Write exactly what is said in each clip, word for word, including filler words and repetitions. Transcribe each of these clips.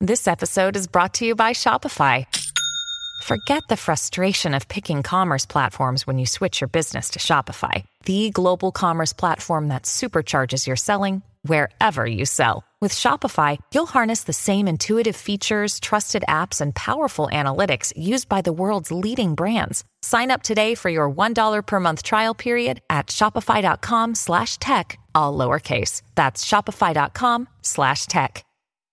This episode is brought to you by Shopify. Forget the frustration of picking commerce platforms when you switch your business to Shopify, the global commerce platform that supercharges your selling wherever you sell. With Shopify, you'll harness the same intuitive features, trusted apps, and powerful analytics used by the world's leading brands. Sign up today for your one dollar per month trial period at shopify.com slash tech, all lowercase. That's shopify.com slash tech.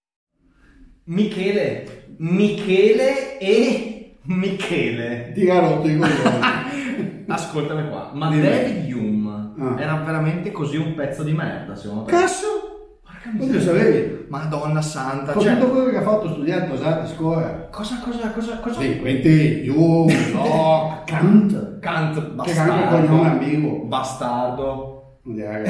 Michele, Michele e Michele. Ti ha rotto i coglioni. Ascoltami qua, ma David Hume ah. era veramente così un pezzo di merda, secondo te? Cazzo! Come lo sapevi? Madonna santa, con cioè... tutto quello che ha fatto studiare a scuola. Cosa, cosa, cosa, cosa? Sì, quindi Hume, Locke, Kant. Kant, bastardo. Che anche il cognome amico. Bastardo.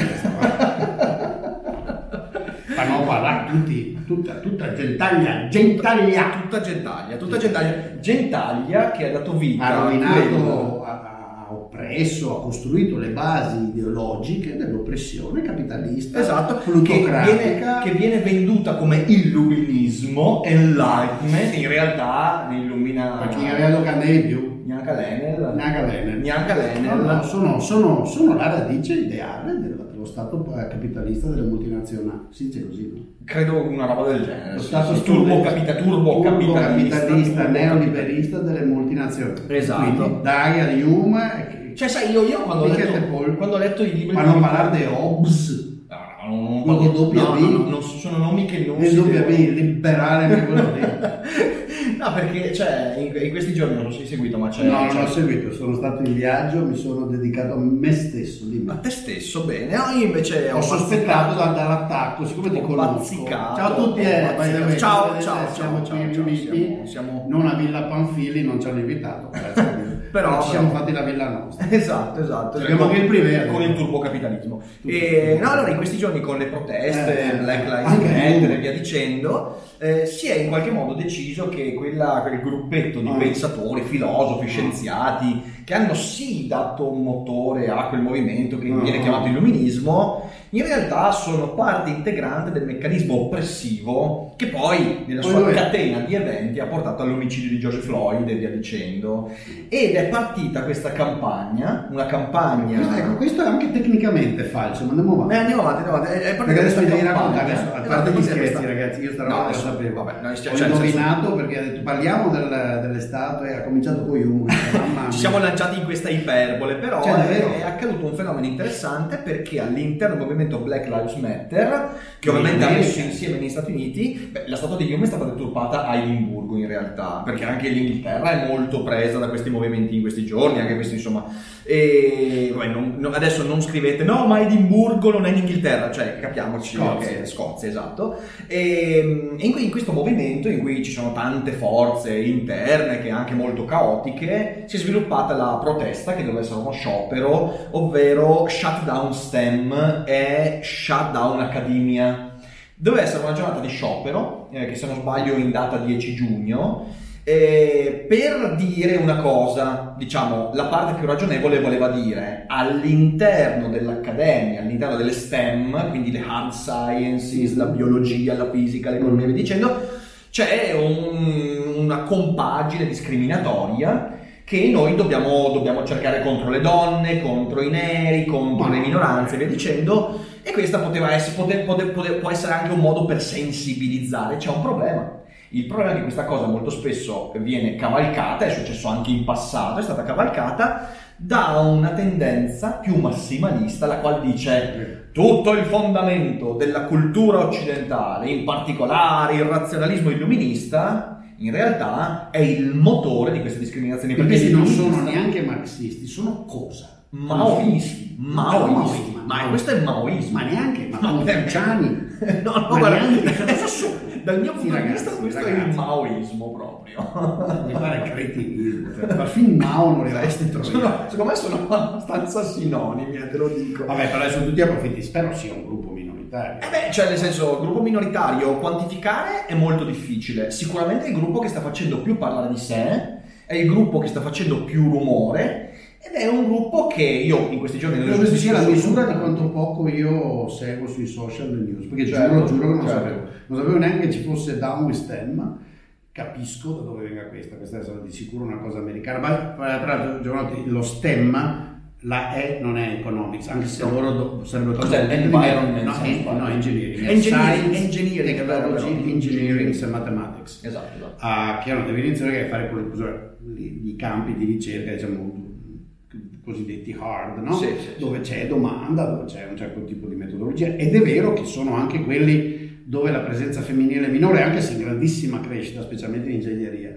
Ma no, guarda, tutti, tutta, tutta gentaglia, gentaglia. Tutta gentaglia, tutta gentaglia. Gentaglia che ha dato vita ha rovinato, a... ha, ha oppresso, ha costruito le basi ideologiche dell'oppressione capitalista, esatto, plutocratica, che viene, che viene venduta come illuminismo, enlightenment, in realtà illumina. Ma chi aveva candele in più? Neanche l'Enel. Neanche l'Enel. Neanche l'Enel. No, no, sono, sono, sono la radice ideale dello stato capitalista delle multinazionali. Si dice così, no? Credo una roba del genere. Lo stato sì, turbo, capita, turbo, turbo capitalista, capitalista neoliberista delle multinazionali. Esatto. Quindi Daria di Hume. Cioè, sai, io, io quando, ho letto, quando ho letto i libri. Ma non parlare di Hobbes. No, no, no, doppia no, B. No, no, no, sono nomi che non si doppia B, liberale, quello lì. No, perché cioè in, in questi giorni non so se hai seguito, ma c'è. No, c'è... non ho seguito, sono stato in viaggio, mi sono dedicato a me stesso. A te stesso, bene. No, io invece ho, ho sospettato da, dall'attacco, siccome ti conosco. Ciao a tutti, eh, ciao, ciao, ciao, siamo ciao, qui ciao, riuniti. Siamo, siamo... Non a Villa Panfili, non ci hanno invitato. Però ci siamo fatti la villa nostra. Esatto, esatto. Abbiamo anche il privé con il turbocapitalismo. E no, allora in questi giorni con le proteste, eh, Black Lives Matter e via dicendo, eh, si è in qualche modo deciso che quella, quel gruppetto di ah. pensatori, filosofi, scienziati che hanno sì dato un motore a quel movimento che ah. viene chiamato illuminismo, in realtà sono parte integrante del meccanismo oppressivo che poi nella sua poi catena di eventi ha portato all'omicidio di George Floyd e via dicendo. Ed è partita questa campagna, una campagna... Questo, ecco, questo è anche tecnicamente falso, ma andiamo avanti. Eh, andiamo avanti, andiamo avanti. È perché adesso mi devi raccontare, adesso, a parte gli scherzi questa... ragazzi, io sta roba no, lo sapevo. Vabbè, noi ho indovinato senso... perché ha detto parliamo del, delle statue, ha cominciato con Hume. Ci siamo lanciati in questa iperbole, però cioè, è, è accaduto un fenomeno interessante perché all'interno del movimento Black Lives Matter, che ovviamente ha messo insieme negli Stati Uniti, beh, la statua di Hume è stata deturpata a Edimburgo in realtà, perché anche l'Inghilterra è molto presa da questi movimenti in questi giorni, anche questi insomma, e beh, non, no, adesso non scrivete no ma Edimburgo non è in Inghilterra, cioè capiamoci, Scozia, okay, Scozia esatto, e in, in questo movimento in cui ci sono tante forze interne che anche molto caotiche, si è sviluppata la protesta che doveva essere uno sciopero, ovvero Shut Down STEM e Shut Down Academia. Doveva essere una giornata di sciopero, eh, che se non sbaglio in data dieci giugno, eh, per dire una cosa, diciamo, la parte più ragionevole voleva dire all'interno dell'accademia, all'interno delle STEM, quindi le hard sciences, la biologia, la fisica, l'economia e via dicendo, c'è un, una compagine discriminatoria che noi dobbiamo, dobbiamo cercare contro le donne, contro i neri, contro le minoranze e via dicendo, e questa poteva essere, pote, pote, pote, può essere anche un modo per sensibilizzare. C'è un problema. Il problema è che questa cosa molto spesso viene cavalcata, è successo anche in passato, è stata cavalcata da una tendenza più massimalista, la quale dice tutto il fondamento della cultura occidentale, in particolare il razionalismo illuminista, in realtà è il motore di queste discriminazioni. Perché questi non sono neanche marxisti, sono cosa? Maoisti, maoisti, ma, ma questo è maoismo. Ma neanche, ma confuciani. No, no, guarda, dal mio punto di vista questo ragazzi. È il maoismo proprio. Mi pare cretinismo, cioè, perfino Mao non li avresti trovato. Secondo me sono abbastanza sinonimi, te lo dico. Vabbè, però sono tutti approfitti, spero sia un gruppo minoritario. Eh beh, cioè nel senso, gruppo minoritario quantificare è molto difficile. Sicuramente il gruppo che sta facendo più parlare di sé è il gruppo che sta facendo più rumore ed è un gruppo che io in questi giorni credo che sia la misura di quanto poco io seguo sui social news, perché certo, giuro, giuro che non certo. sapevo non sapevo neanche che ci fosse Down with STEM. Capisco da dove venga questa questa è di sicuro una cosa americana, ma tra l'altro Giovanotti, lo STEM, la E non è economics, anche se loro do, sarebbero cos'è l'environment? No, è, no, engineering, engineering, science, engineering, technology, engineering and mathematics, esatto, uh, che è una definizione che ha a fare con i campi di ricerca, diciamo cosiddetti hard, no? Sì, sì, dove sì. c'è domanda, dove c'è un certo tipo di metodologia, ed è vero che sono anche quelli dove la presenza femminile è minore, anche se in grandissima crescita, specialmente in ingegneria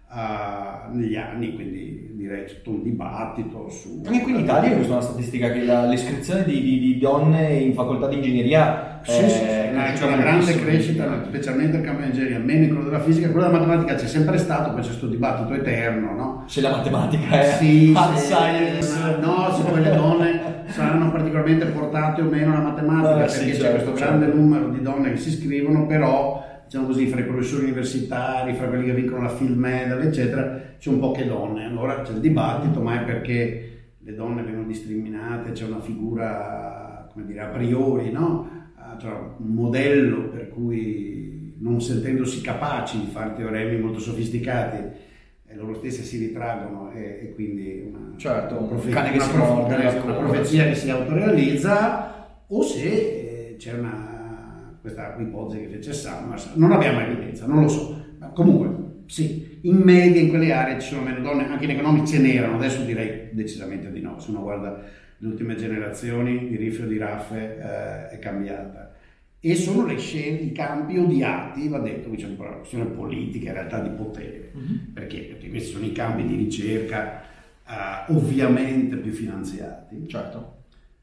uh, negli anni, quindi direi tutto un dibattito su... Anche qui in Italia ho visto una statistica che la, l'iscrizione di, di, di donne in facoltà di ingegneria sì, eh, sì, sì, c'è una grande crescita, specialmente nel campo di ingegneria, meno in quello della fisica. Quello della matematica c'è sempre stato, poi c'è questo dibattito eterno, no? Se la matematica è sì, hard se, science, no, se poi le donne saranno particolarmente portate o meno alla matematica, ah, perché sì, c'è certo, questo certo. grande numero di donne che si iscrivono, però diciamo così, fra i professori universitari, fra quelli che vincono la Field Medal, eccetera, c'è un po' che donne. Allora c'è il dibattito, ma è perché le donne vengono discriminate, c'è una figura, come dire, a priori, no? Cioè un modello per cui, non sentendosi capaci di fare teoremi molto sofisticati, e loro stesse si ritraggono, e, e quindi una, certo, una, profe- cane che una, si profe- muove, una, ecco. una profezia che si autorealizza, o se eh, c'è una, questa ipotesi che fece Summers. Non abbiamo evidenza, non lo so, ma comunque sì, in media in quelle aree ci sono meno donne, anche in economics ce n'erano, adesso direi decisamente di no. Se uno guarda le ultime generazioni di Riffe o di Raffe, eh, è cambiata, e sono le scene, i campi odiati, va detto, qui c'è un po' una questione politica, in realtà di potere. Mm-hmm. Perché? Perché questi sono i campi di ricerca eh, ovviamente più finanziati, certo,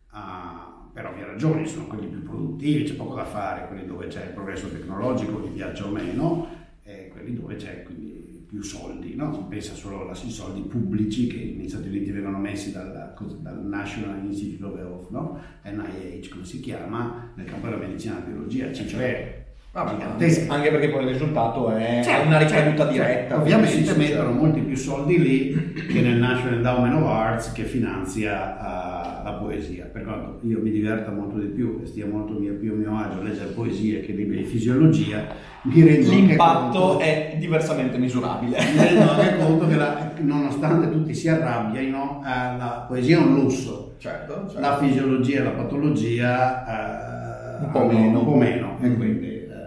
uh, per ovvie ragioni, sono quelli più produttivi, c'è poco da fare, quelli dove c'è il progresso tecnologico, vi piaccia o meno, e quelli dove c'è quindi più soldi, no? Si pensa solo ai soldi pubblici che negli Stati Uniti vengono messi dal, dal National Institute of Health, no? N I H come si chiama, nel campo della medicina e della biologia, cifre gigantesche. Anche perché poi il risultato è certo, una ricaduta certo, diretta. certo. Ovviamente sì, mettono certo. molti più soldi lì che nel National Endowment of Arts, che finanzia uh, la poesia. Per quanto io mi diverta molto di più e stia molto mio, più a mio agio a leggere poesie che libri di fisiologia, mi rendo l'impatto conto, è diversamente misurabile. mi rendo anche conto che la, nonostante tutti si arrabbiano, uh, la poesia è un lusso. Certo, certo. La fisiologia e la patologia uh, un po' meno, un po' meno e quindi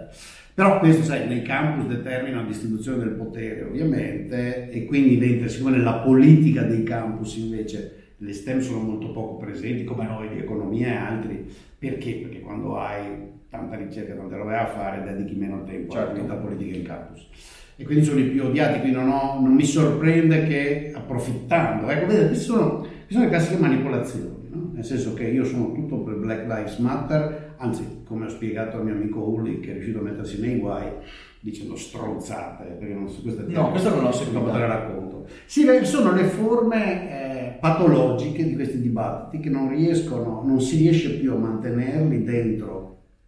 però questo, sai, nei campus determina la distribuzione del potere ovviamente, e quindi mentre siccome nella politica dei campus invece le STEM sono molto poco presenti, come noi di economia e altri. Perché? Perché quando hai tanta ricerca, tante robe da fare, dedichi meno tempo certo. all'attività politica in campus, e quindi sono i più odiati. Quindi non, ho, non mi sorprende che approfittando, ecco, vedete, queste sono, queste sono le classiche manipolazioni, no? Nel senso che io sono tutto per Black Lives Matter, anzi, come ho spiegato al mio amico Ulli, che è riuscito a mettersi nei guai dicendo stronzate, perché non so, questa no, questo non l'ho seguito, te la racconto. Sì, sono le forme eh, patologiche di questi dibattiti che non riescono, non si riesce più a mantenerli dentro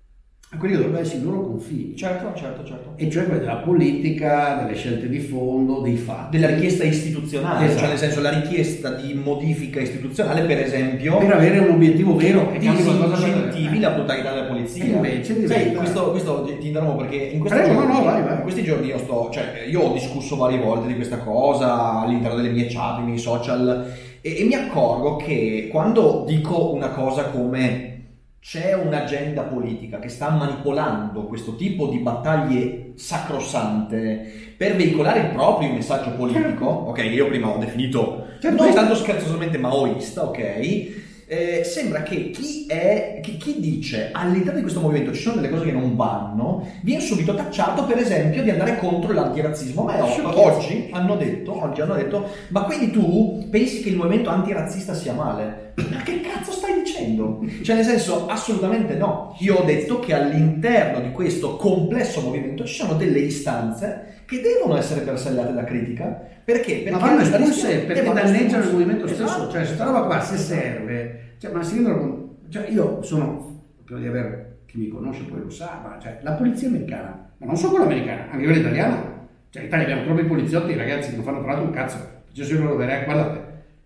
a quelli che dovrebbero essere i loro confini. Certo, certo, certo. E cioè quelli della politica, delle scelte di fondo, dei fatti. Della richiesta istituzionale, esatto. Cioè nel senso la richiesta di modifica istituzionale, per esempio, per avere un obiettivo vero che disincentivi la brutalità della polizia. E invece diventa... Sì, questo, questo ti interrompo perché in questi, Prego, giorni, no, no, vai, vai. in questi giorni io sto, cioè io ho discusso varie volte di questa cosa all'interno delle mie chat, dei miei social, e, e mi accorgo che quando dico una cosa come c'è un'agenda politica che sta manipolando questo tipo di battaglie sacrosante per veicolare il proprio messaggio politico, ok, io prima ho definito certo, non tanto scherzosamente maoista, ok, eh, sembra che chi è chi, chi dice all'interno di questo movimento ci sono delle cose che non vanno, viene subito tacciato per esempio di andare contro l'antirazzismo. Ma è oggi hanno detto oggi hanno detto ma quindi tu pensi che il movimento antirazzista sia male? Ma che cazzo stai dicendo? Cioè nel senso, assolutamente no. Io ho detto che all'interno di questo complesso movimento ci sono delle istanze che devono essere bersellate da critica. Perché? Perché ma vanno espulse, perché vanno danneggiano il espulse. movimento stesso. Esatto. Cioè questa roba qua se serve, cioè, ma si rendono conto, cioè io sono, credo di aver, chi mi conosce poi lo sa, ma cioè la polizia americana, ma non solo quella americana, anche quella italiana, cioè in Italia abbiamo troppi poliziotti, ragazzi, che non fanno tra l'altro un cazzo, cioè se loro vedrei, guardate,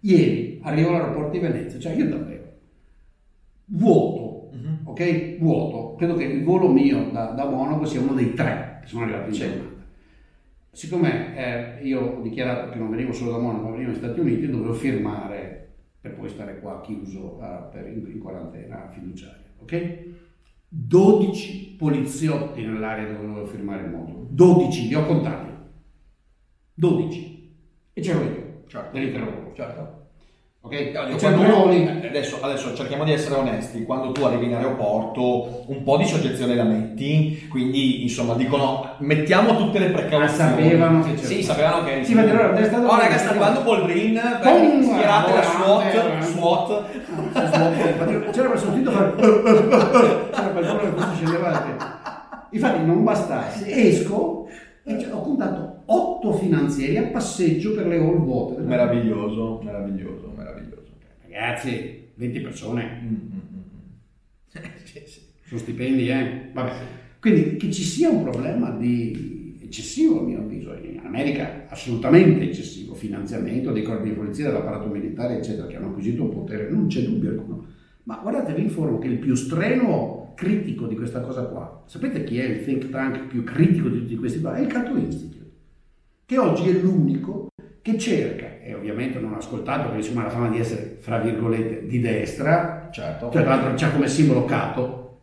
Ieri arrivo all'aeroporto di Venezia, cioè io davvero, vuoto, uh-huh. ok? Vuoto. Credo che il volo mio da, da Monaco sia uno dei tre che sono arrivati in giornata. Siccome eh, io ho dichiarato che non venivo solo da Monaco, ma venivo negli Stati Uniti, dovevo firmare per poi stare qua chiuso uh, per in, in quarantena fiduciaria, ok? dodici poliziotti nell'area dove dovevo firmare il modulo, dodici, li ho contati, dodici, e c'ero io, certo. nell'interrogatorio. Certo. Ok? No, Cioè, tu, adesso, adesso cerchiamo di essere onesti, quando tu arrivi in aeroporto un po' di soggezione la metti, quindi insomma dicono mettiamo tutte le precauzioni. Sapevano che c'era. Sì, sapevano che... Sì, ma allora, è stato... Oh raga, sta arrivando Boldrin, schierate la SWAT, SWAT. C'era quel sentito fare... C'era qualcuno che forse scendeva... Infatti non bastasse, esco e ho contato otto finanzieri a passeggio per le hall vuote. Meraviglioso, meraviglioso, meraviglioso. Ragazzi, venti persone. Mm-hmm. Sì, sì. Sono stipendi, eh? Vabbè. Quindi che ci sia un problema di eccessivo, a mio avviso, in America assolutamente eccessivo, finanziamento dei corpi di polizia, dell'apparato militare, eccetera, che hanno acquisito un potere, non c'è dubbio alcuno. Ma guardate, vi informo che il più strenuo critico di questa cosa qua, sapete chi è il think tank più critico di tutti questi qua? È il Cato Institute, che oggi è l'unico che cerca, e ovviamente non ho ascoltato perché insomma ha la fama di essere, fra virgolette, di destra, certo. Cioè, tra l'altro c'ha come simbolo Cato,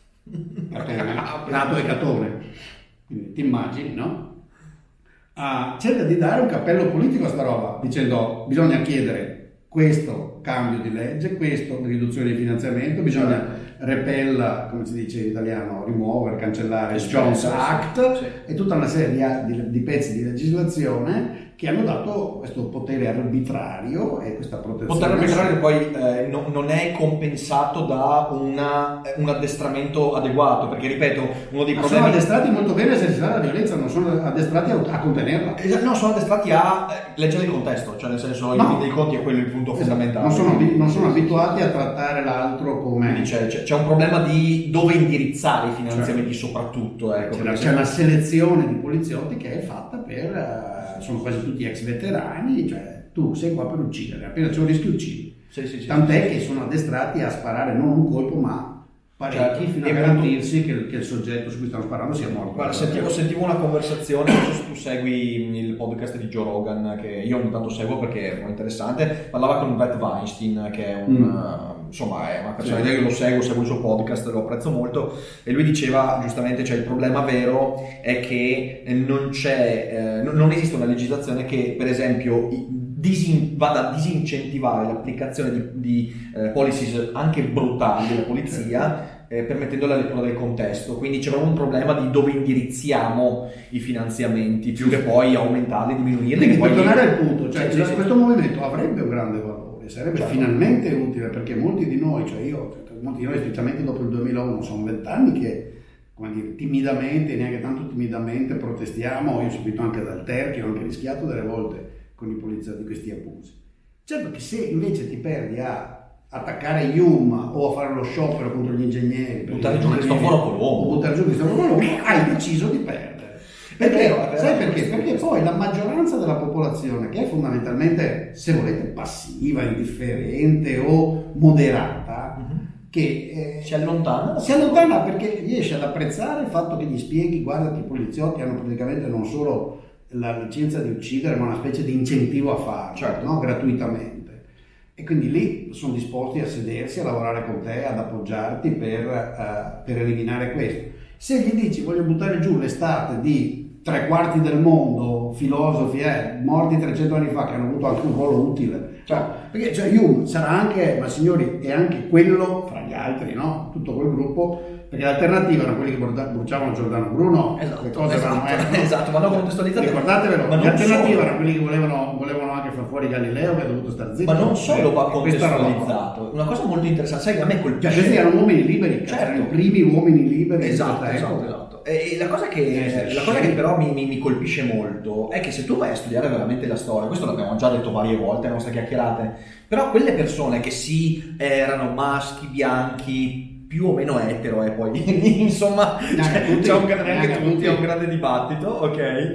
Cato e Catone, quindi ti immagini, no? Ah, cerca di dare un cappello politico a sta roba, dicendo bisogna chiedere questo cambio di legge, questo riduzione di finanziamento, bisogna repella, come si dice in italiano, rimuovere, cancellare il Jones Act, sì. E tutta una serie di, di, di pezzi di legislazione che hanno dato questo potere arbitrario e questa protezione. Potere arbitrario che poi eh, no, non è compensato da una, un addestramento adeguato, perché ripeto, uno dei Ma problemi... sono addestrati molto bene a esercitare la violenza, non sono addestrati a, a contenerla. No, sono addestrati a leggere il contesto, cioè nel senso, no. in fin dei conti è quello il punto esatto. fondamentale. Non sono, non sono abituati a trattare l'altro come... C'è, c'è, c'è un problema di dove indirizzare i finanziamenti, cioè, soprattutto. Ecco, c'è, c'è una selezione di poliziotti che è fatta per... sono quasi tutti ex veterani, cioè tu sei qua per uccidere, appena c'è un rischio uccidi. Sì, sì, sì, Tant'è sì, che sì. sono addestrati a sparare non un colpo ma parecchi, certo, fino a garantirsi che, che il soggetto su cui stanno sparando sia morto. Guarda, sentivo, sentivo una conversazione, non so se tu segui il podcast di Joe Rogan, che io ogni tanto seguo perché è interessante, parlava con Bret Weinstein, che è un... Mm. insomma è una persona, sì. Io lo seguo, seguo il suo podcast, lo apprezzo molto, e lui diceva giustamente, cioè il problema vero è che non c'è, eh, non esiste una legislazione che per esempio disin, vada a disincentivare l'applicazione di, di eh, policies anche brutali della polizia, eh, permettendo la lettura del contesto. Quindi c'è proprio un problema di dove indirizziamo i finanziamenti, più che poi aumentarli, diminuirli. Quindi per poi... tornare al punto, cioè, sì, cioè, sì, questo sì. movimento avrebbe un grande valore, sarebbe certo. finalmente utile, perché molti di noi, cioè io, molti di noi specialmente dopo il duemilauno, sono vent'anni che, come dire, timidamente, neanche tanto timidamente protestiamo. Io ho subito anche dal Terchi, ho anche rischiato delle volte con i poliziotti di questi abusi. Certo che se invece ti perdi a attaccare Yum o a fare lo sciopero contro gli ingegneri, buttare giù Cristoforo Colombo, o buttare giù Cristoforo Colombo, hai deciso di perdere. Perché? Vero, vero, sai perché? Perché poi la maggioranza della popolazione, che è fondamentalmente, se volete, passiva, indifferente o moderata, mm-hmm. che eh, si allontana si allontana perché riesce ad apprezzare il fatto che gli spieghi: guarda che i poliziotti hanno praticamente non solo la licenza di uccidere, ma una specie di incentivo a farlo, certo. no? gratuitamente. E quindi lì sono disposti a sedersi, a lavorare con te, ad appoggiarti per, uh, per eliminare questo. Se gli dici voglio buttare giù l'estate di tre quarti del mondo, filosofi eh, morti trecento anni fa che hanno avuto anche un ruolo utile, cioè, perché cioè, Hume sarà anche, ma signori, è anche quello fra gli altri, no? Tutto quel gruppo, perché l'alternativa erano quelli che bruciavano Giordano Bruno, esatto, le cose esatto, erano, eh, esatto, vanno contestualizzate. Ricordatevelo, ma l'alternativa erano quelli che volevano, volevano anche far fuori Galileo, che ha dovuto stare zitto. Ma non solo va contestualizzato. contestualizzato, una cosa molto interessante, sai che a me colpisce. Cioè, questi erano uomini liberi, certo. erano i primi uomini liberi. Esatto, esatto, esatto. E la cosa che, eh, la cosa che però mi, mi, mi colpisce molto è che se tu vai a studiare veramente la storia, questo l'abbiamo già detto varie volte nelle nostre chiacchierate, però quelle persone che sì, erano maschi, bianchi, più o meno etero e poi insomma c'è, tutti, c'è un, neanche tutti. tutti, è un grande dibattito, ok?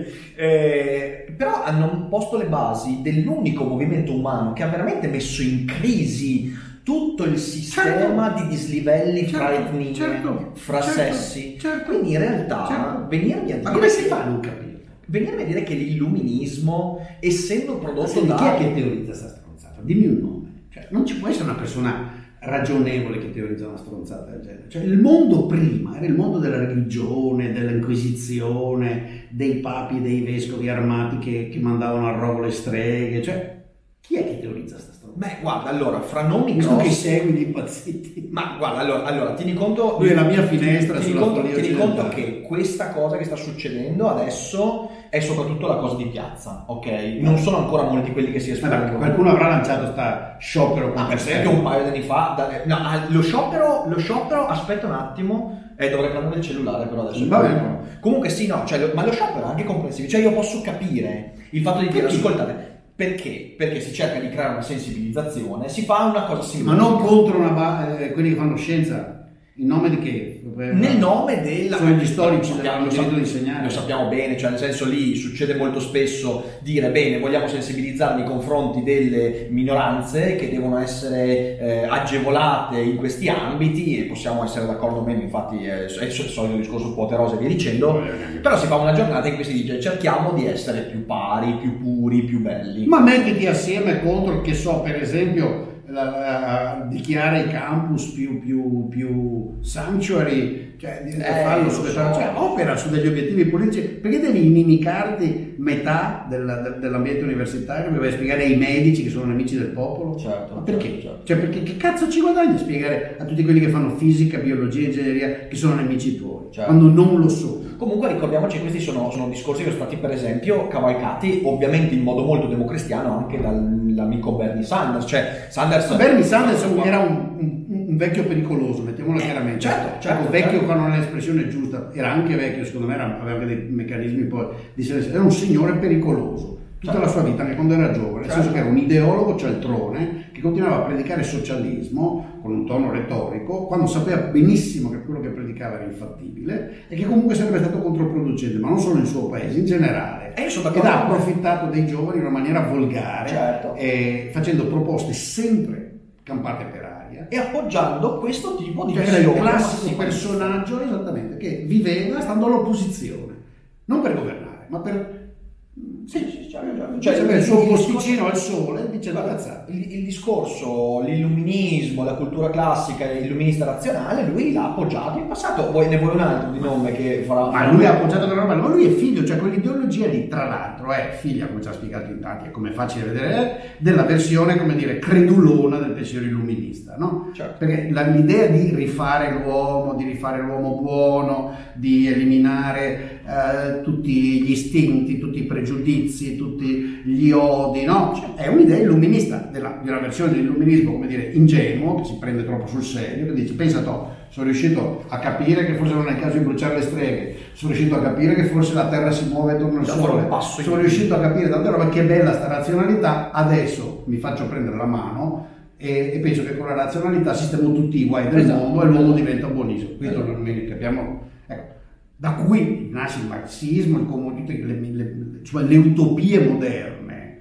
Eh, però hanno posto le basi dell'unico movimento umano che ha veramente messo in crisi tutto il sistema certo. di dislivelli certo, fra etnie, certo, fra certo, sessi. certo, Quindi in realtà certo. venirmi a dire Ma come si che- fa a non capire? venirmi a dire che l'illuminismo, essendo prodotto Senti, da chi è che teorizza sta stronzata? Dimmi un nome. Cioè, non ci può essere una persona ragionevole che teorizza una stronzata del genere. Cioè, il mondo prima era il mondo della religione, dell'inquisizione, dei papi e dei vescovi armati che, che mandavano a rogo le streghe. Cioè, chi è che teorizza sta stronzata? Beh, guarda, allora, fra nomi Visto che grossi... segui gli impazziti. Ma guarda, allora, allora tieni conto... Lui è la mia finestra tieni sulla conto, follia tieni conto occidentale. che questa cosa che sta succedendo adesso è soprattutto la cosa di piazza, ok? Non sono ancora molti quelli che si Vabbè, espongono. qualcuno avrà lanciato sta sciopero Ma con per esempio un paio di anni fa... da- no, ah, lo sciopero, lo sciopero, aspetta un attimo... Eh, dovrei prendere il cellulare però adesso. Va bene. Comunque sì, no, cioè, lo- ma lo sciopero è anche comprensibile. Cioè io posso capire il fatto di dire, Perché? ascoltate, perché? Perché si cerca di creare una sensibilizzazione, si fa una cosa Ma simbolica. non contro una ba- eh, quelli che fanno scienza. In nome di che? Nel nome della... Sono gli storici Lo che sappiamo, hanno il lo diritto di sap- insegnare. Lo sappiamo bene, cioè nel senso lì succede molto spesso dire bene, vogliamo sensibilizzare nei confronti delle minoranze che devono essere eh, agevolate in questi ambiti e possiamo essere d'accordo o meno, infatti è, è il solito discorso quote rose e via dicendo, però si fa una giornata in cui si dice cerchiamo di essere più pari, più puri, più belli. Ma mettiti assieme contro, che so, per esempio, la, la, dichiarare i campus più, più, più sanctuary, cioè di- Eh, farlo lo sulle so. cioè, opera su degli obiettivi politici, perché devi inimicarti metà della- del- dell'ambiente universitario, mi vai a spiegare ai medici che sono nemici del popolo? Certo, Ma perché? certo, certo. Cioè, perché che cazzo ci guadagni a spiegare a tutti quelli che fanno fisica, biologia, ingegneria che sono nemici tuoi, Certo. quando non lo sono? Comunque ricordiamoci che questi sono, sono discorsi che sono stati per esempio cavalcati ovviamente in modo molto democristiano anche dall'amico Bernie Sanders, cioè Sanders... Bernie Sanders era un, un- un vecchio pericoloso, mettiamola Eh, chiaramente. certo, certo, Ecco, vecchio certo. qua non è l'espressione giusta, era anche vecchio, secondo me era- aveva anche dei meccanismi poi di selezione. Era un signore pericoloso tutta Certo. la sua vita, anche quando era giovane, nel Certo. senso che era un ideologo cialtrone che continuava a predicare socialismo con un tono retorico, quando sapeva benissimo che quello che predicava era infattibile e che comunque sarebbe stato controproducente, ma non solo nel suo paese, in generale. E io sono Ed d'accordo ha con te. approfittato dei giovani in una maniera volgare, Certo. e facendo proposte sempre campate per aria. E appoggiando questo tipo di Cioè, era il visione classico massimalista. personaggio, esattamente, che viveva stando all'opposizione, non per governare, ma per... Sì, sì, certo, certo. Cioè, Cioè, il suo il posticino al sole dicendo Guarda, cazzate. il, il discorso, l'illuminismo, la cultura classica e illuminista razionale, lui l'ha appoggiato in passato. Vuoi, ne vuoi un altro di nome che farà? Ma lui ha appoggiato quella roba, ma lui è figlio, cioè quell'ideologia lì, tra l'altro, è figlia, come ci ha spiegato in tanti, è come è facile vedere, della versione, come dire, credulona del pensiero illuminista, no? Certo. Perché la- l'idea di rifare l'uomo, di rifare l'uomo buono, di eliminare eh, tutti gli istinti, tutti i pregiudizi, tutti gli odi, no? Cioè, è un'idea illuminista, della, di una versione dell'illuminismo, come dire, ingenuo, che si prende troppo sul serio, che dice, pensa tu, sono riuscito a capire che forse non è il caso di bruciare le streghe, sono riuscito a capire che forse la terra si muove attorno al Da fare sole, un passo in sono più. riuscito a capire tante robe, che bella sta razionalità, adesso mi faccio prendere la mano e, e penso che con la razionalità sistemo tutti i guai del Esatto. mondo e l'uomo diventa buonissimo. Qui Esatto. torniamo, capiamo, ecco, da cui nasce il marxismo, il comunismo, tutte le, le, cioè le utopie moderne,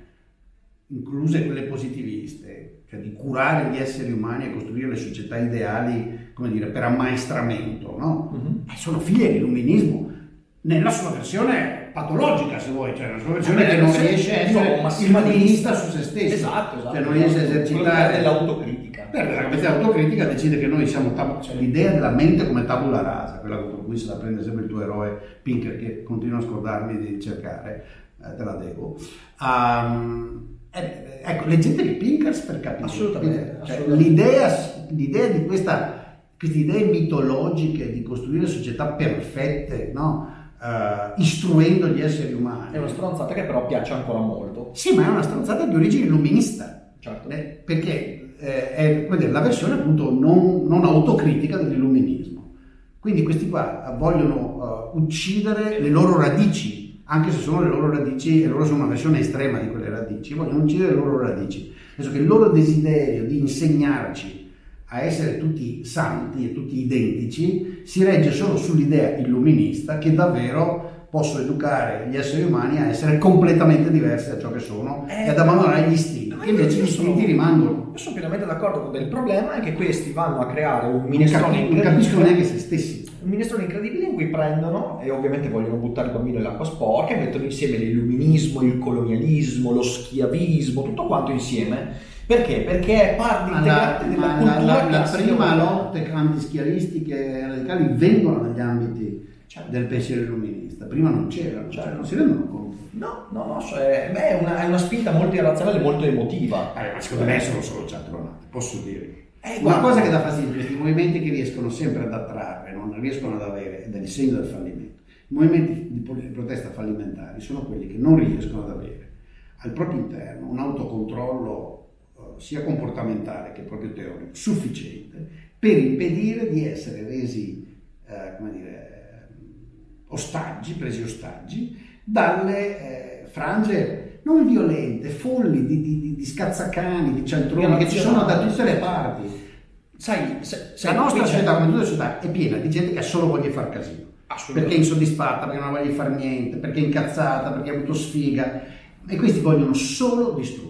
incluse quelle positiviste, cioè di curare gli esseri umani e costruire le società ideali, come dire, per ammaestramento, no? Mhm. Eh, sono figlie dell'illuminismo, nella sua versione patologica, se vuoi, cioè nella sua versione Vabbè, che non versione- riesce a dico, essere massimalista. illuminista su se stesso, Esatto, esatto. cioè non riesce a Quello che esercitare è dell'autocritica. Beh, la capacità autocritica decide che noi siamo tab- cioè l'idea della mente come tabula rasa, quella con cui se la prende sempre il tuo eroe Pinker, che continuo a scordarmi di cercare, eh, te la devo. Um, eh, ecco, leggetevi Pinkers per capire. Assolutamente, Cioè, assolutamente. l'idea, l'idea di questa, queste idee mitologiche di costruire società perfette, no? Uh, istruendo gli esseri umani. È una stronzata che però piace ancora molto. Sì, ma è una stronzata di origine illuminista. Certo. Eh, perché eh, è come dire, la versione appunto non, non autocritica dell'illuminismo. Quindi questi qua vogliono uh, uccidere le loro radici, anche se sono le loro radici, e loro sono una versione estrema di quelle radici, vogliono uccidere le loro radici. Nel senso che il loro desiderio di insegnarci a essere tutti santi e tutti identici si regge solo sull'idea illuminista che davvero posso educare gli esseri umani a essere completamente diversi da ciò che sono eh, e ad abbandonare gli istinti, che invece gli istinti sono, rimangono. Io sono pienamente d'accordo con te. Il problema è che questi vanno a creare un minestrone incredibile. Non capiscono neanche se stessi. Un minestrone incredibile in cui prendono e ovviamente vogliono buttare il bambino nell'acqua sporca e mettono insieme l'illuminismo, il colonialismo, lo schiavismo, tutto quanto insieme. Perché? Perché è parte integrante della ma cultura la, la, la che prima lotte antischiaristiche e radicali vengono dagli ambiti certo. del pensiero illuminista, prima non c'erano, certo. cioè non si rendono conto. No, no, no, cioè, beh, è, una, è una spinta molto irrazionale, molto emotiva. Eh, ma secondo me sono solo cialtronate, posso dire. Eh, una cosa che dà fastidio, questi movimenti che riescono sempre ad attrarre, non riescono ad avere, ed è il segno del fallimento. I movimenti di protesta fallimentari sono quelli che non riescono ad avere al proprio interno un autocontrollo sia comportamentale che proprio teorico sufficiente per impedire di essere resi eh, come dire ostaggi, presi ostaggi dalle eh, frange non violente, folli di, di, di scazzacani, di cialtroni che ci sono da tutte le parti. Sai, se, se la nostra società, come tutte le società, è piena di gente che ha solo voglia di far casino, perché è insoddisfatta, perché non ha voglia di far niente, perché è incazzata, perché ha avuto sfiga, e questi vogliono solo distruggere.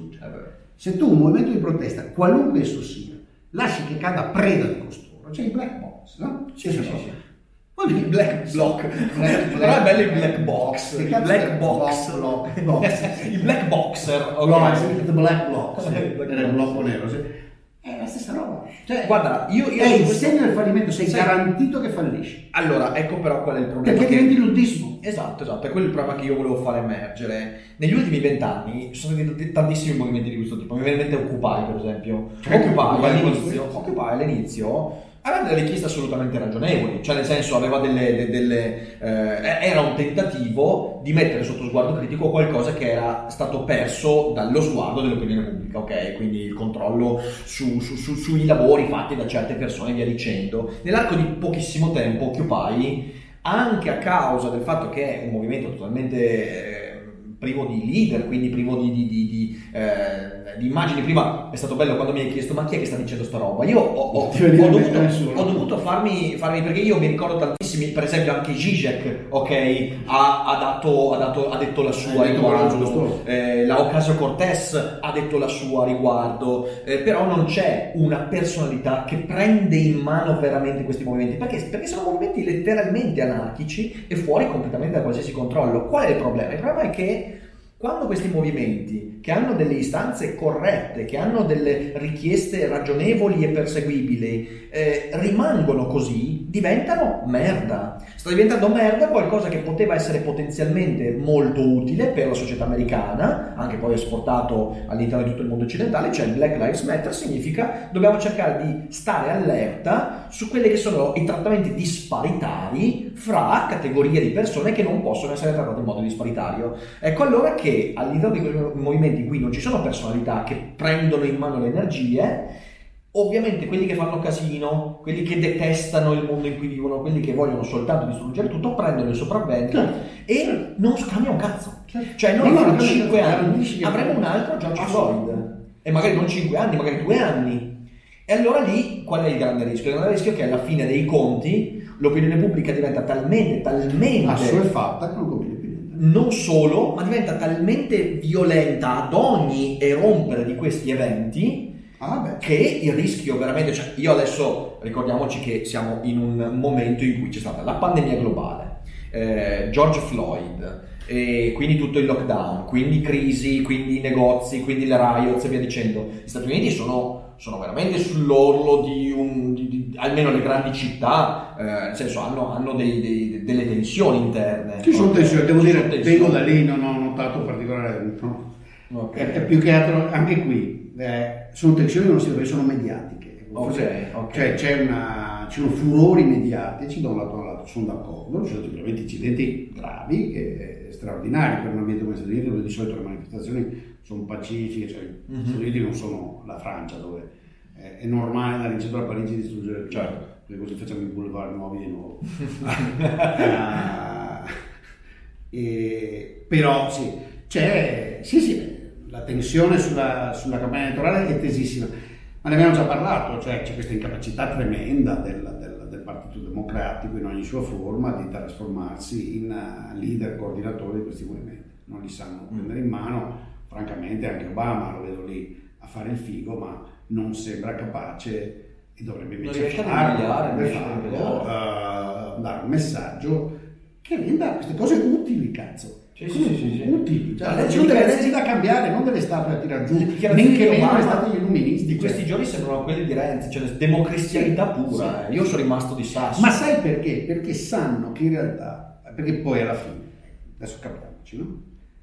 Se tu un movimento di protesta, qualunque esso sia, lasci che cada preda di costoro, c'è il black box, no? Sì, sì, sì. sì. Vuol dire black block, black, però è bello il black box, il black box, block, block. il black boxer, ok, no, il black block, era il blocco nero, sì. È la stessa roba. Cioè, guarda, io, io è il segno del fallimento, sei, sei garantito che fallisci. Allora, ecco però qual è il problema. Perché diventi luddismo. Esatto, esatto, è quello il problema che io volevo fare emergere. Negli ultimi vent'anni sono stati tantissimi movimenti di questo tipo. Mi viene in mente Occupy, per esempio. Cioè, Occupy all'inizio, Occupy all'inizio aveva delle richieste assolutamente ragionevoli, cioè nel senso aveva delle, delle, delle eh, era un tentativo di mettere sotto sguardo critico qualcosa che era stato perso dallo sguardo dell'opinione pubblica, ok? Quindi il controllo su, su, su, sui lavori fatti da certe persone e via dicendo. Nell'arco di pochissimo tempo Occupy, anche a causa del fatto che è un movimento totalmente eh, privo di leader, quindi privo di, di, di, di, eh, di immagini. Prima è stato bello quando mi hai chiesto ma chi è che sta dicendo sta roba? Io ho, ho, ho, dovuto, ho dovuto farmi, farmi, perché io mi ricordo tantissimi, per esempio anche Zizek, ok, ha, ha, dato, ha, dato, ha detto la sua riguardo, eh, la Ocasio-Cortez ha detto la sua a riguardo, eh, però non c'è una personalità che prende in mano veramente questi movimenti, perché, perché sono movimenti letteralmente anarchici e fuori completamente da qualsiasi controllo. Qual è il problema? Il problema è che quando questi movimenti, che hanno delle istanze corrette, che hanno delle richieste ragionevoli e perseguibili, eh, rimangono così, diventano merda. Sta diventando merda qualcosa che poteva essere potenzialmente molto utile per la società americana, anche poi esportato all'interno di tutto il mondo occidentale, cioè Black Lives Matter significa dobbiamo cercare di stare allerta su quelli che sono i trattamenti disparitari fra categorie di persone che non possono essere trattate in modo disparitario. Ecco allora che all'interno di quei movimenti in cui non ci sono personalità che prendono in mano le energie, ovviamente quelli che fanno casino, quelli che detestano il mondo in cui vivono, quelli che vogliono soltanto distruggere tutto, prendono il sopravvento certo. e non scambia un cazzo. Certo. Cioè noi fra cinque anni avremo un altro George Floyd e magari non cinque anni, magari due anni. E allora lì qual è il grande rischio? Il grande rischio è che alla fine dei conti l'opinione pubblica diventa talmente, talmente assuefatta che non conviene. Non solo, ma diventa talmente violenta ad ogni erompere di questi eventi ah, che il rischio veramente, cioè io adesso ricordiamoci che siamo in un momento in cui c'è stata la pandemia globale, eh, George Floyd, e quindi tutto il lockdown, quindi crisi, quindi negozi, quindi le riots e via dicendo. Gli Stati Uniti sono sono veramente sull'orlo di, un, di, di almeno le grandi città, eh, nel senso hanno, hanno dei, dei, delle tensioni interne. Ci sono tensioni, devo dire, vengo da lì, non ho notato particolare, no? Okay. È, è più che altro, anche qui, eh, sono tensioni che non si dove sono mediatiche. Okay, okay. Cioè c'è una, ci sono furori mediatici da un lato all'altro, sono d'accordo, ci sono sicuramente incidenti gravi, che, straordinari per un ambiente come gli Stati Uniti, dove di solito le manifestazioni sono pacifiche, cioè mm-hmm. gli Stati Uniti non sono la Francia dove è, è normale andare in centro a Parigi e distruggere il certo. Perché così facciamo i boulevard nuovi di nuovo. uh, e, però sì, c'è sì, sì, la tensione sulla, sulla campagna elettorale è tesissima. Ma ne abbiamo già parlato, cioè c'è questa incapacità tremenda del, del, del Partito Democratico in ogni sua forma di trasformarsi in leader coordinatore di questi movimenti. Non li sanno prendere in mano, francamente anche Obama lo vedo lì a fare il figo, ma non sembra capace e dovrebbe invece farlo, farlo uh, dare un messaggio che renda queste cose utili, cazzo. Sì, sì, sì, sì. Utili, cioè, cioè, ci sono delle leggi da cambiare, non delle statue a tirar giù, neanche meno le statue degli illuministi. Di questi giorni sembrano quelli di Renzi, cioè democristianità pura. Sì. Io sono rimasto di sasso. Ma sai perché? Perché sanno che in realtà, perché poi alla fine, adesso capiamoci, no?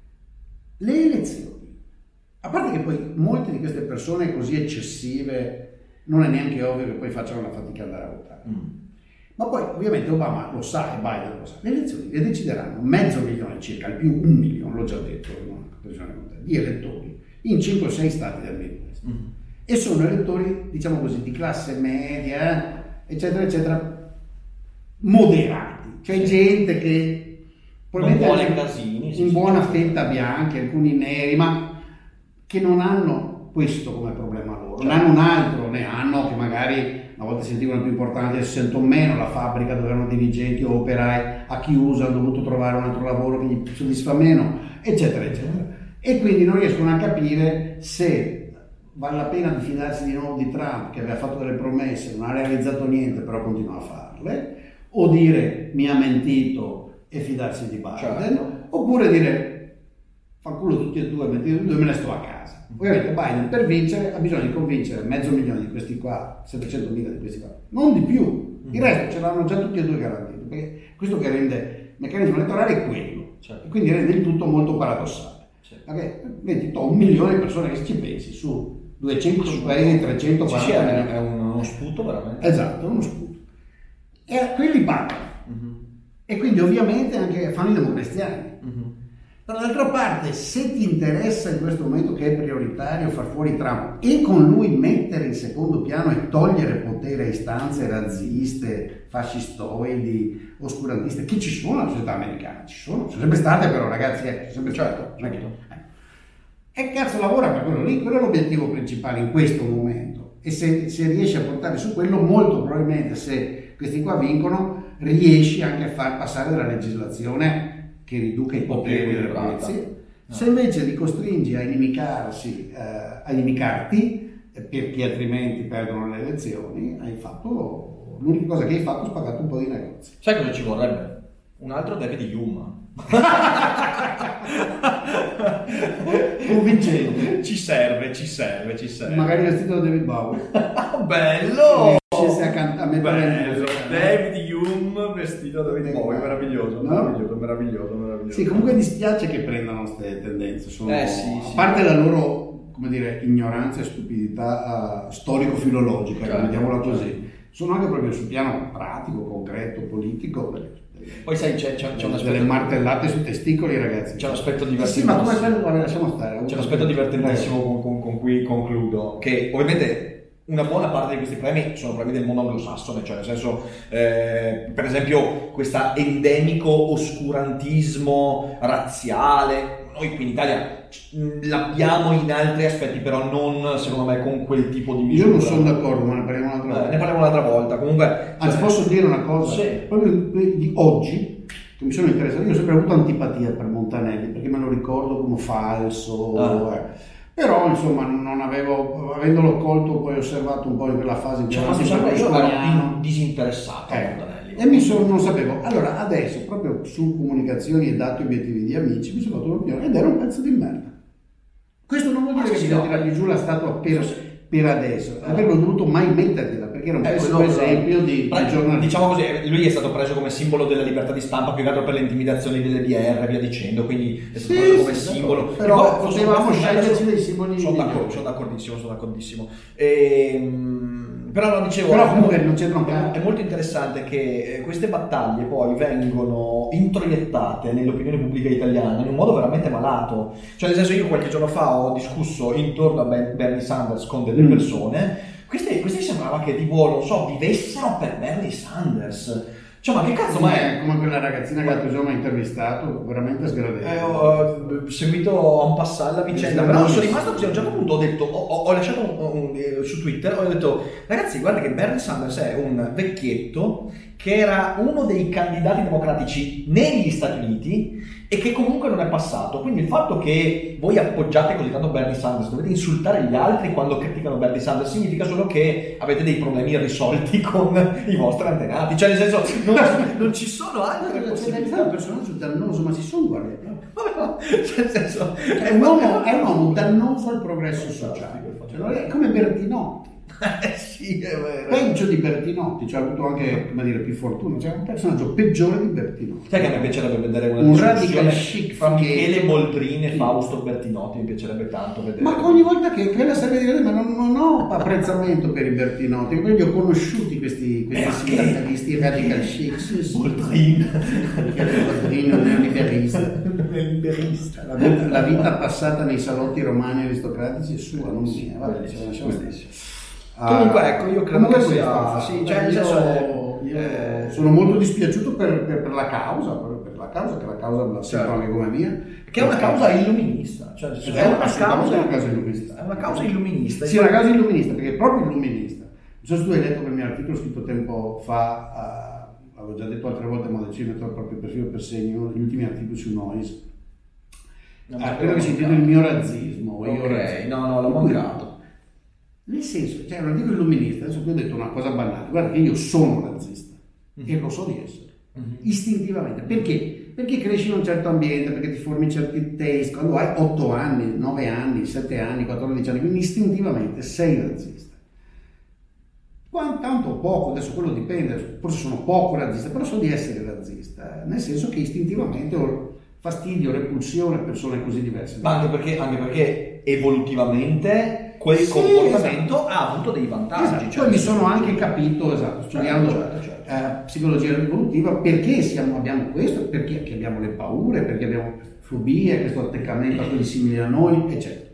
Le elezioni, a parte che poi molte di queste persone così eccessive non è neanche ovvio che poi facciano la fatica ad andare a votare. Mm. Ma poi ovviamente Obama lo sa e Biden lo sa, le elezioni le decideranno mezzo milione circa, al più un milione, l'ho già detto in una previsione con te, di elettori in cinque o sei stati del Midwest. Mm. E sono elettori, diciamo così, di classe media, eccetera, eccetera, moderati, cioè sì. Gente che probabilmente in, casini, in sì, buona sì. fetta bianchi, alcuni neri, ma che non hanno questo come problema loro, cioè. Ne hanno un altro, ne hanno che magari a volte sentivano più importanti e si sentono meno, la fabbrica dove erano dirigenti o operai a chiuso, hanno dovuto trovare un altro lavoro che gli soddisfa meno, eccetera, eccetera. E quindi non riescono a capire se vale la pena di fidarsi di nuovo di Trump, che aveva fatto delle promesse, non ha realizzato niente, però continua a farle, o dire mi ha mentito e fidarsi di Biden, certo. Oppure dire fa culo tutti e due, mentito tutti e due, me ne sto a casa. Ovviamente Biden per vincere ha bisogno di convincere mezzo milione di questi qua, settecentomila di questi qua, non di più, il resto ce l'hanno già tutti e due garantiti, perché questo che rende il meccanismo elettorale è quello, certo. E quindi rende il tutto molto paradossale. Certo. Perché vedi, to, un milione di persone che ci pensi su duecento paesi, trecentoquaranta sì, sì, è, è uno sputo veramente. Esatto, è uno sputo. E quelli pagano. Mm-hmm. E quindi ovviamente anche fanno i democristiani. Mm-hmm. Dall'altra parte, se ti interessa in questo momento che è prioritario far fuori Trump e con lui mettere in secondo piano e togliere potere a istanze razziste, fascistoidi, oscurantiste, che ci sono nella società americana, ci sono, sono sempre state però ragazzi, eh, sempre certo, certo. Eh. E cazzo lavora per quello lì, quello è l'obiettivo principale in questo momento. E se, se riesci a portare su quello, molto probabilmente se questi qua vincono, riesci anche a far passare la legislazione che riduca i poteri delle polizie. Se invece li costringi a inimicarsi, eh, a inimicarti, eh, perché altrimenti perdono le elezioni, hai fatto l'unica cosa che hai fatto è spagato un po' di negozi. Sai cosa ci vorrebbe? Un altro David Hume. Convincente. Ci serve, ci serve, ci serve. Magari vestito da David Bowie. Bello! A, can- a Bello. David Hume vestito da David Bowie, meraviglioso, no? meraviglioso, meraviglioso, meraviglioso. Sì, comunque dispiace che prendano queste tendenze. Sono, eh, sì, a sì. parte la loro, come dire, ignoranza e stupidità uh, storico-filologica, certo, mettiamola così, certo. Sono anche proprio sul piano pratico, concreto, politico. Poi sai, c'è, c'è, c'è un aspetto delle martellate sui testicoli, ragazzi. C'è un aspetto divertentissimo. Sì, ma come quello lasciamo stare. C'è un aspetto divertentissimo con, con, con cui concludo, che ovviamente una buona parte di questi problemi sono problemi del mondo anglosassone, cioè nel senso, eh, per esempio, questo endemico oscurantismo razziale. Noi qui in Italia l'abbiamo in altri aspetti, però non, secondo me, con quel tipo di misura. Io non sono d'accordo, ma ne parliamo un'altra volta. Eh, ne parliamo un'altra volta. Comunque, anzi, cioè, posso dire una cosa? Sì. Proprio di oggi, che mi sono interessato, io ho sempre avuto antipatia per Montanelli, perché me lo ricordo come falso. Ah. Eh. Però, insomma, non avevo, avendolo colto, poi osservato un po' in quella fase in cui cioè, cioè, io ero disinteressato eh. a Montanelli. E mi sono, non sapevo. Allora, adesso, proprio su comunicazioni e dati obiettivi di amici, mi sono fatto un'opinione ed era un pezzo di merda. Questo non vuol dire ah, che sì, bisogna no. tirargli giù la statua per, per adesso, non avrebbero dovuto mai mettergliela, perché era un eh, pessimo esempio di, Beh, di giornalismo. Diciamo così, lui è stato preso come simbolo della libertà di stampa, più che altro per le intimidazioni delle B R e via dicendo, quindi è stato sì, preso come sì, simbolo. Però potevamo sceglierci dei simboli. Sono d'accordo, sono d'accordissimo, sono d'accordissimo. E, però non dicevo, però comunque non c'entra un cazzo. È molto interessante che queste battaglie poi vengono introiettate nell'opinione pubblica italiana in un modo veramente malato. Cioè, nel senso, io qualche giorno fa ho discusso intorno a Bernie Sanders con delle persone. Queste, queste sembrava che tipo, non so, vivessero per Bernie Sanders. Cioè, ma che cazzo, ma è? Come quella ragazzina che l'altro giorno ha intervistato, veramente sgradevole. Eh, ho seguito un passaggio la vicenda, però sono rimasto così. A un certo punto ho detto, ho, ho lasciato un, un, un, su Twitter, ho detto, ragazzi, guarda che Bernie Sanders è un vecchietto che era uno dei candidati democratici negli Stati Uniti e che comunque non è passato. Quindi il fatto che voi appoggiate così tanto Bernie Sanders, dovete insultare gli altri quando criticano Bernie Sanders, significa solo che avete dei problemi irrisolti con i vostri antenati. Cioè, nel senso, non, non ci sono altre possibilità. È un personaggio dannoso, ma si sono guardati. No, cioè, nel senso, è un uomo, è un uomo dannoso al progresso sociale. Cioè, è come Bertinotti. Eh sì, è vero. Peggio di Bertinotti, cioè ha avuto anche, come dire, più fortuna, cioè un personaggio peggiore di Bertinotti. Sai che a me piacerebbe vedere una un discussione chic fra Michele Boldrini e Fausto Bertinotti, mi piacerebbe tanto vedere. Ma ogni volta che quella sarebbe di dire, ma non, non ho apprezzamento per i Bertinotti, quindi ho conosciuti questi, questi eh, sindacalisti radical chic. Boldrini. Michele Boldrini non è un liberista. liberista. La vita, la vita passata nei salotti romani aristocratici è sua, non mia. Vabbè, ce la lasciamo stare. Comunque ecco, io credo che sia sì, cioè, nel senso, io, io eh, sono molto dispiaciuto per, per, per la causa, per, per la causa che la causa la sento anche come mia, che è una causa illuminista, cioè è, è una causa, una causa illuminista. È una causa illuminista. Sì, è una causa illuminista, perché è proprio illuminista. Non so se tu hai letto quel mio articolo scritto tempo fa, uh, avevo già detto altre volte, ma deciso di mettere proprio per filo per segno gli ultimi articoli su Noise. Ah, credo che si intitola Il mio razzismo. O ok, io razzismo. no, no, l'ho mancato. Nel senso, cioè non dico illuminista, adesso qui ho detto una cosa banale, guarda che io sono razzista mm-hmm. e lo so di essere, mm-hmm. istintivamente. Perché? Perché cresci in un certo ambiente, perché ti formi certi taste, quando hai otto anni, nove anni, sette anni, quattordici anni, quindi istintivamente sei razzista. Quanto, tanto o poco, adesso quello dipende, forse sono poco razzista, però so di essere razzista, nel senso che istintivamente ho fastidio, repulsione a persone così diverse. Ma anche perché, anche perché evolutivamente quel sì, comportamento esatto. ha avuto dei vantaggi. Esatto. Cioè, poi mi sono anche capito, esatto, studiando certo, certo, certo. Eh, psicologia evolutiva, perché siamo, abbiamo questo, perché abbiamo le paure, perché abbiamo fobie, questo attaccamento a quelli simili a noi, eccetera.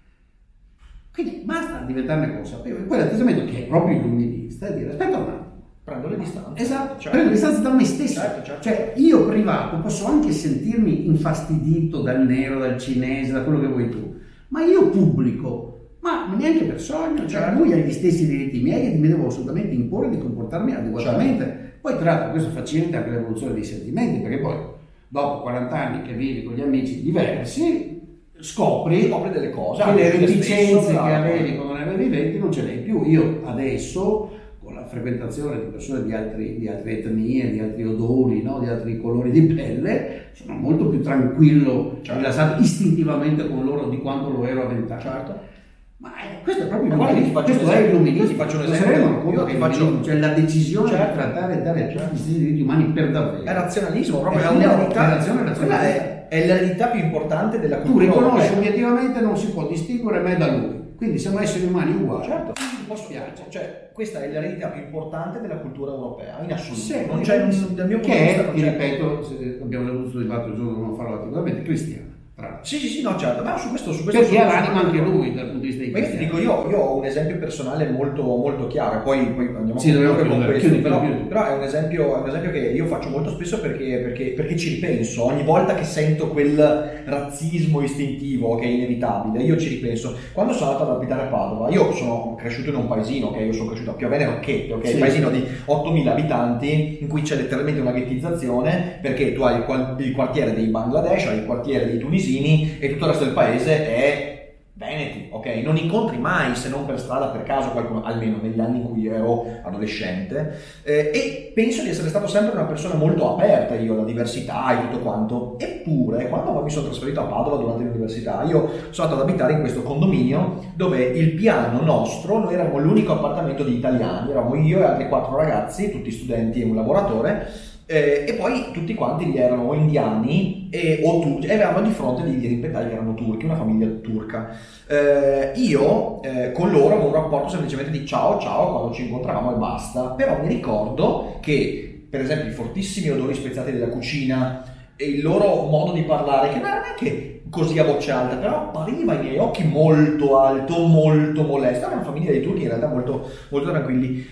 Quindi basta diventarne consapevoli. Poi l'atteggiamento che è proprio illuminista è dire, aspetta un attimo. Prendo le distanze. Esatto, certo. prendo le distanze da me stesso. Certo, certo. Cioè, io privato posso anche sentirmi infastidito dal nero, dal cinese, da quello che vuoi tu, ma io pubblico, ma neanche per sogno, cioè certo. lui ha gli stessi diritti miei e mi devo assolutamente imporre di comportarmi adeguatamente. Certo. Poi tra l'altro questo facilita anche l'evoluzione dei sentimenti, perché poi dopo quaranta anni che vivi con gli amici diversi, scopri, scopri delle cose, che le reticenze che avevi quando ne avevi venti non ce le hai più. Io adesso, con la frequentazione di persone di, altri, di altre etnie, di altri odori, no? di altri colori di pelle, sono molto più tranquillo, certo. rilassato istintivamente con loro di quanto lo ero a vent'anni. Certo. Ma eh, questo è proprio illuminismo, questo è illuminismo. Ti faccio un esempio, io ti faccio, cioè la decisione certo. di trattare e dare tutti gli stessi diritti umani per davvero. È razionalismo, proprio è, è un'eredità. Quella è, è l'eredità più importante della cultura. Tu riconosci obiettivamente, non si può distinguere me da lui. Quindi siamo esseri umani uguali. Certo, mi spiace. Cioè, questa è l'eredità più importante della cultura europea, in assoluto. Sì, non c'è un, dal mio punto che di vista. Che è, ti ripeto, abbiamo avuto questo dibattito il giorno, non farlo attivamente, cristiano. Sì, sì, sì, no, certo, ma su questo, su questo perché ha l'anima anche lui dal punto di vista di ma io ti dico, io, io ho un esempio personale molto, molto chiaro, poi, poi andiamo sì, a concludere con questo, chiudi, però, chiudi. però è un esempio, è un esempio che io faccio molto spesso perché, perché, perché ci ripenso, ogni volta che sento quel razzismo istintivo che è inevitabile, io ci ripenso. Quando sono andato ad abitare a Padova, io sono cresciuto in un paesino, ok, io sono cresciuto a Piovene Rocchette, ok, sì, un paesino di ottomila abitanti in cui c'è letteralmente una ghettizzazione, perché tu hai il, il quartiere dei Bangladesh, hai il quartiere dei tunisini e tutto il resto del paese è veneti, ok? Non incontri mai, se non per strada, per caso, qualcuno, almeno negli anni in cui ero adolescente, eh, e penso di essere stato sempre una persona molto aperta io alla diversità e tutto quanto. Eppure, quando poi mi sono trasferito a Padova durante l'università, io sono andato ad abitare in questo condominio dove il piano nostro, noi eravamo l'unico appartamento di italiani, eravamo io e altri quattro ragazzi, tutti studenti e un lavoratore. Eh, e poi tutti quanti lì erano indiani e, o turchi, e avevamo di fronte dei dirimpettai che erano turchi, una famiglia turca. Eh, io eh, con loro avevo un rapporto semplicemente di ciao ciao quando ci incontravamo e basta, però mi ricordo che per esempio i fortissimi odori speziati della cucina e il loro modo di parlare, che non era neanche così a voce alta, però appariva ai miei occhi molto alto, molto molesto. Era una famiglia di turchi in realtà molto, molto tranquilli.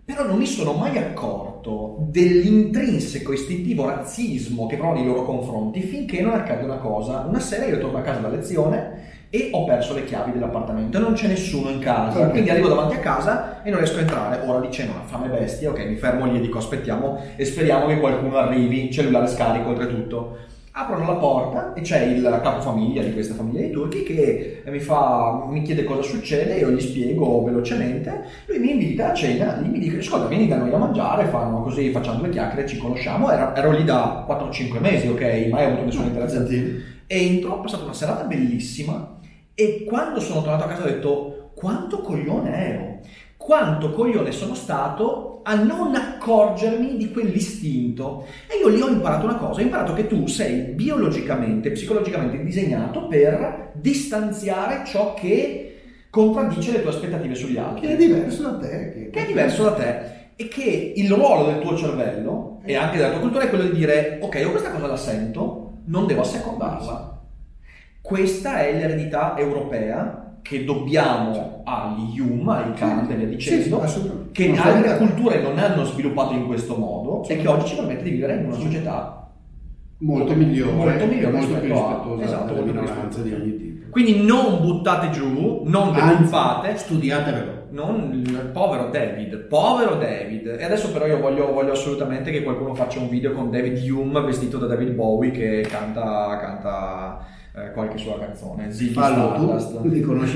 però non mi sono mai accorto dell'intrinseco istintivo razzismo che provo nei loro confronti finché non accade una cosa. Una sera io torno a casa da lezione e ho perso le chiavi dell'appartamento e non c'è nessuno in casa, okay. Quindi arrivo davanti a casa e non riesco a entrare. Ora dice no, fame bestia, ok, mi fermo lì e dico aspettiamo e speriamo che qualcuno arrivi, cellulare scarico oltretutto. Aprono la porta e c'è il capofamiglia di questa famiglia di turchi che mi fa, mi chiede cosa succede, io gli spiego velocemente, lui mi invita a cena, gli mi dice ascolta vieni da noi a mangiare, fanno così, facciamo due chiacchiere, ci conosciamo, ero, ero lì da quattro cinque mesi, ok, mai avuto nessuna interazione. Entro, ho passato una serata bellissima e quando sono tornato a casa ho detto quanto coglione ero, quanto coglione sono stato a non accorgermi di quell'istinto. E io lì ho imparato una cosa, ho imparato che tu sei biologicamente, psicologicamente disegnato per distanziare ciò che contraddice le tue aspettative sugli altri. Che è diverso da te. Che, che è diverso da te. E che il ruolo del tuo cervello e anche della tua cultura è quello di dire ok, io questa cosa la sento, non devo assecondarla. Questa è l'eredità europea che dobbiamo agli Hume, ai Kant e via dicendo, sì, sì, che non altre culture non hanno sviluppato in questo modo, sì, e che oggi ci permette di vivere in una società molto migliore, molto, migliore, molto più rispettosa, esatto, delle minoranze di ogni tipo. Quindi non buttate giù, non denunciate, studiatevelo. Non, povero David, povero David. E adesso però io voglio, voglio assolutamente che qualcuno faccia un video con David Hume vestito da David Bowie che canta, canta eh, qualche sua canzone. Ziggy Stardust. Tu li conosci?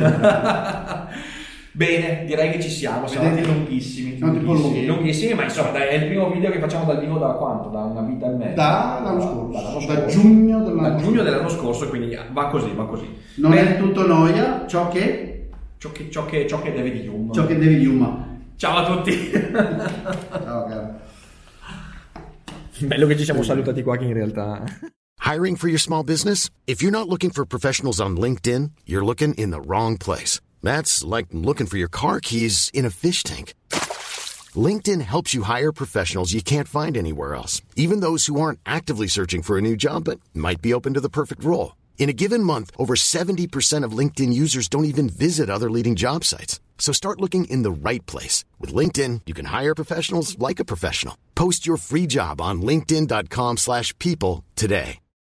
Bene, direi che ci siamo, siamo andati lunghissimi, no, lunghissimi, lunghissimi, ma insomma dai, è il primo video che facciamo dal vivo da quanto? Da una vita e mezza? Da l'anno scorso, da, da giugno dell'anno, da giugno dell'anno scorso, quindi va così, va così. Non Bene. È tutto noia, ciò che... Ciò che, ciò che, ciò che deve di Hume. Ciò che deve di Hume. Ciao a tutti. Ciao caro. Bello che ci siamo salutati qua che in realtà... Hiring for your small business? If you're not looking for professionals on LinkedIn, you're looking in the wrong place. That's like looking for your car keys in a fish tank. LinkedIn helps you hire professionals you can't find anywhere else, even those who aren't actively searching for a new job but might be open to the perfect role. In a given month, over seventy percent of LinkedIn users don't even visit other leading job sites. So start looking in the right place. With LinkedIn, you can hire professionals like a professional. Post your free job on linkedin dot com slash people today.